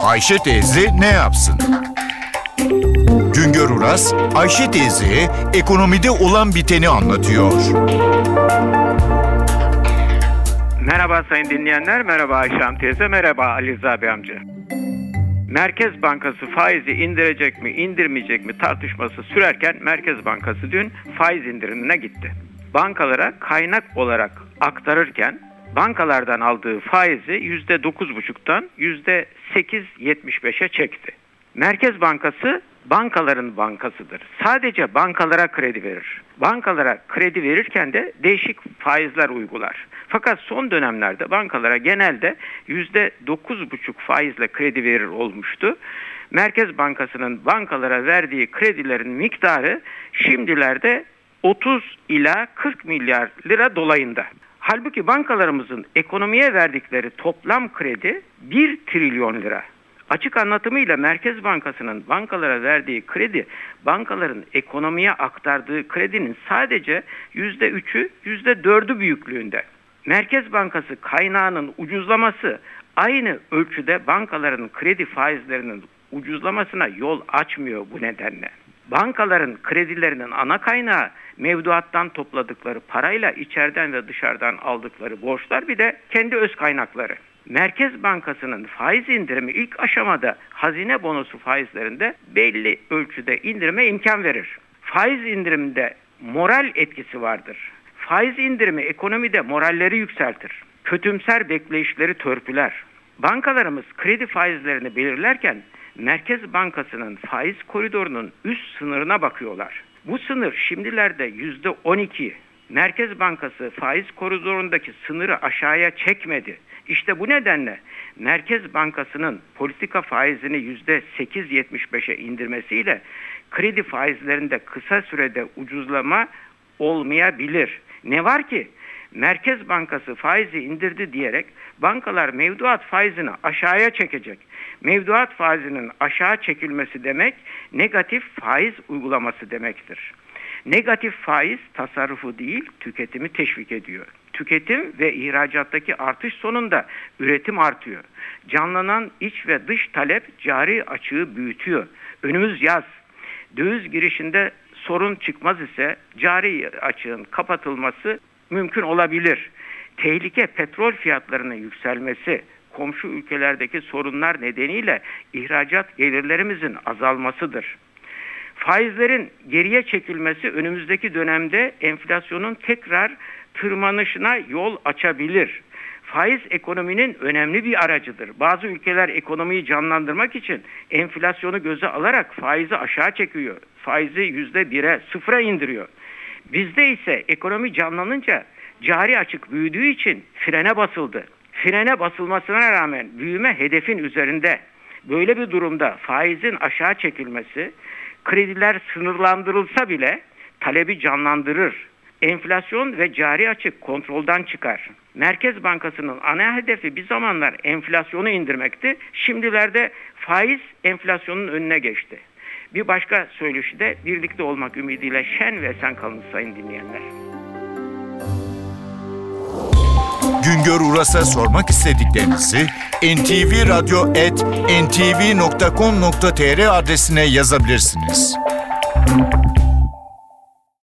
Ayşe teyze ne yapsın? Güngör Uras, Ayşe teyzeye ekonomide olan biteni anlatıyor. Merhaba sayın dinleyenler, merhaba Ayşe teyze, merhaba Ali Rıza Bey amca. Merkez Bankası faizi indirecek mi, indirmeyecek mi tartışması sürerken Merkez Bankası dün faiz indirimine gitti. Bankalara kaynak olarak aktarırken bankalardan aldığı faizi %9,5'tan %8,75'e çekti. Merkez Bankası bankaların bankasıdır. Sadece bankalara kredi verir. Bankalara kredi verirken de değişik faizler uygular. Fakat son dönemlerde bankalara genelde %9,5 faizle kredi verir olmuştu. Merkez Bankası'nın bankalara verdiği kredilerin miktarı şimdilerde 30 ila 40 milyar lira dolayında. Halbuki bankalarımızın ekonomiye verdikleri toplam kredi 1 trilyon lira. Açık anlatımıyla Merkez Bankası'nın bankalara verdiği kredi, bankaların ekonomiye aktardığı kredinin sadece %3'ü, %4'ü büyüklüğünde. Merkez Bankası kaynağının ucuzlaması aynı ölçüde bankaların kredi faizlerinin ucuzlamasına yol açmıyor bu nedenle. Bankaların kredilerinin ana kaynağı mevduattan topladıkları parayla içeriden ve dışarıdan aldıkları borçlar, bir de kendi öz kaynakları. Merkez Bankası'nın faiz indirimi ilk aşamada hazine bonosu faizlerinde belli ölçüde indirime imkan verir. Faiz indiriminde moral etkisi vardır. Faiz indirimi ekonomide moralleri yükseltir. Kötümser bekleyişleri törpüler. Bankalarımız kredi faizlerini belirlerken Merkez Bankası'nın faiz koridorunun üst sınırına bakıyorlar. Bu sınır şimdilerde %12. Merkez Bankası faiz koridorundaki sınırı aşağıya çekmedi. İşte bu nedenle Merkez Bankası'nın politika faizini %8,75'e indirmesiyle kredi faizlerinde kısa sürede ucuzlama olmayabilir. Ne var ki Merkez Bankası faizi indirdi diyerek bankalar mevduat faizini aşağıya çekecek. Mevduat faizinin aşağı çekilmesi demek negatif faiz uygulaması demektir. Negatif faiz tasarrufu değil, tüketimi teşvik ediyor. Tüketim ve ihracattaki artış sonunda üretim artıyor. Canlanan iç ve dış talep cari açığı büyütüyor. Önümüz yaz. Döviz girişinde sorun çıkmaz ise cari açığın kapatılması mümkün olabilir. Tehlike petrol fiyatlarının yükselmesi, komşu ülkelerdeki sorunlar nedeniyle ihracat gelirlerimizin azalmasıdır. Faizlerin geriye çekilmesi önümüzdeki dönemde enflasyonun tekrar tırmanışına yol açabilir. Faiz ekonominin önemli bir aracıdır. Bazı ülkeler ekonomiyi canlandırmak için enflasyonu göze alarak faizi aşağı çekiyor. Faizi %1'e, 0'a indiriyor. Bizde ise ekonomi canlanınca cari açık büyüdüğü için frene basıldı. Frene basılmasına rağmen büyüme hedefin üzerinde. Böyle bir durumda faizin aşağı çekilmesi, krediler sınırlandırılsa bile talebi canlandırır. Enflasyon ve cari açık kontrolden çıkar. Merkez Bankası'nın ana hedefi bir zamanlar enflasyonu indirmekti. Şimdilerde faiz enflasyonun önüne geçti. Bir başka söyleşi de birlikte olmak ümidiyle şen ve esen kalın sayın dinleyenler. Güngör Uras'a sormak istediklerinizi ntvradyo@ntv.com.tr adresine yazabilirsiniz.